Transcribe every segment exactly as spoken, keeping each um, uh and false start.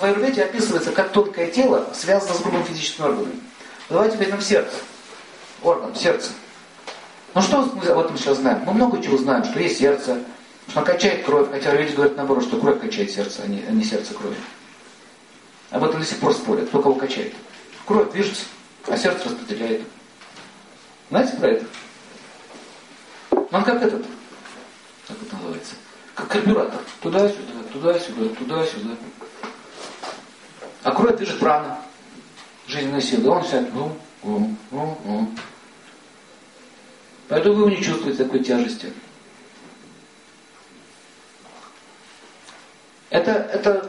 в аюрведе описывается, как тонкое тело связано с грубым физическим органом. Давайте возьмем сердце. Орган, сердце. Ну что мы об этом сейчас знаем? Мы много чего знаем, что есть сердце, что оно качает кровь, хотя аюрведе говорят наоборот, что кровь качает сердце, а не, а не сердце крови. Об этом до сих пор спорят, кто кого качает. Кровь движется, а сердце распределяет. Знаете про это? Ну, он как этот, как это называется? Как карбюратор. Туда-сюда, туда-сюда, туда-сюда. А кровь движет прана, жизненная сила. И он вся, ну, ну, ну, ну. Поэтому вы его не чувствуете такой тяжести. Это, это,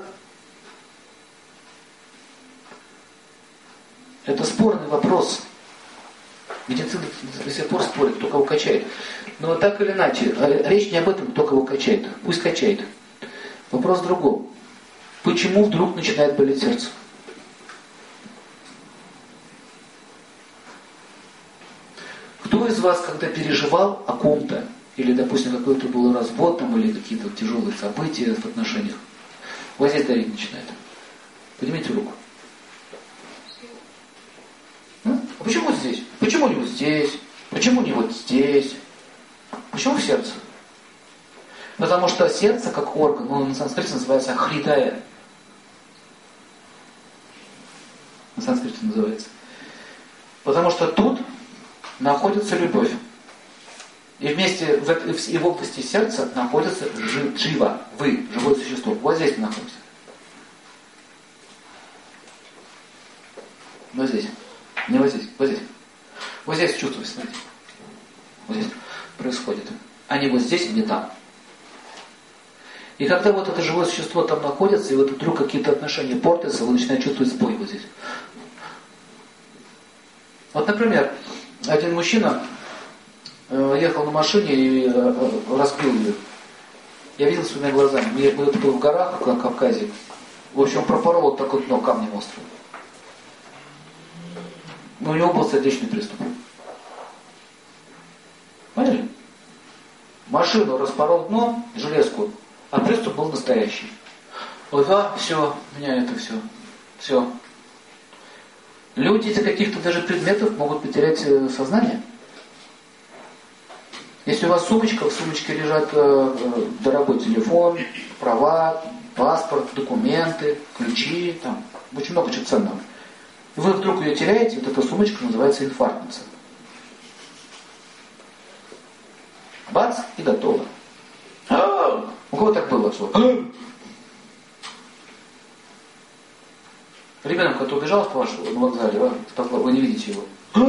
это спорный вопрос. Медицина до сих пор спорит, кто кого качает. Но так или иначе, речь не об этом, кто кого качает. Пусть качает. Вопрос в другом. Почему вдруг начинает болеть сердце? Кто из вас, когда переживал о ком-то, или, допустим, какой-то был развод там, или какие-то тяжелые события в отношениях, у вас здесь давить начинает? Поднимите руку. А почему здесь? Почему не вот здесь? Почему не вот здесь? Почему в сердце? Потому что сердце, как орган, он на санскрите называется хридая. На санскрите называется. Потому что тут находится любовь. И вместе в, и в области сердца находится джива, вы, живое существо. Вот здесь мы находимся. Вот здесь. Не вот здесь, вот здесь. Вот здесь чувствуете, смотрите. Вот здесь происходит. А не вот здесь, и не там. И когда вот это живое существо там находится, и вот вдруг какие-то отношения портятся, вы начинаете чувствовать сбой вот здесь. Вот, например, один мужчина э, ехал на машине и э, разбил ее. Я видел своими глазами. Мне это было в горах, на Кавказе. В общем, пропорол вот так вот дно камнем острым. Но у него был сердечный приступ. Поняли? Машину распорол дно, железку, а приступ был настоящий. Вот, а, все, у меня это все. Все. Люди из-за каких-то даже предметов могут потерять сознание. Если у вас сумочка, в сумочке лежат э, дорогой телефон, права, паспорт, документы, ключи, там, очень много чего ценного. И вы вдруг ее теряете, вот эта сумочка называется инфарктница. Бац, и готово. А-а-а! У кого так было? Ребенок, который убежал в вашу на вокзале, вы не видите его.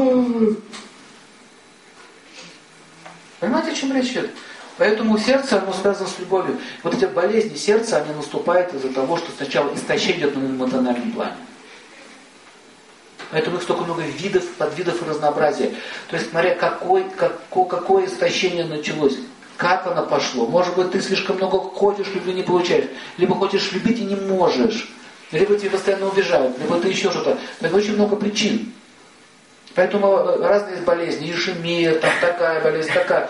Понимаете, о чем речь идет? Поэтому сердце, оно связано с любовью. Вот эти болезни сердца, они наступают из-за того, что сначала истощение идет на эмоциональном плане. Поэтому их столько много видов, подвидов и разнообразия. То есть, смотря какой, какое, какое истощение началось, как оно пошло. Может быть, ты слишком много хочешь, любви не получаешь. Либо хочешь любить и не можешь. Либо тебе постоянно убежают, либо ты еще что-то. Это очень много причин. Поэтому разные болезни, ишемия, там такая болезнь, такая.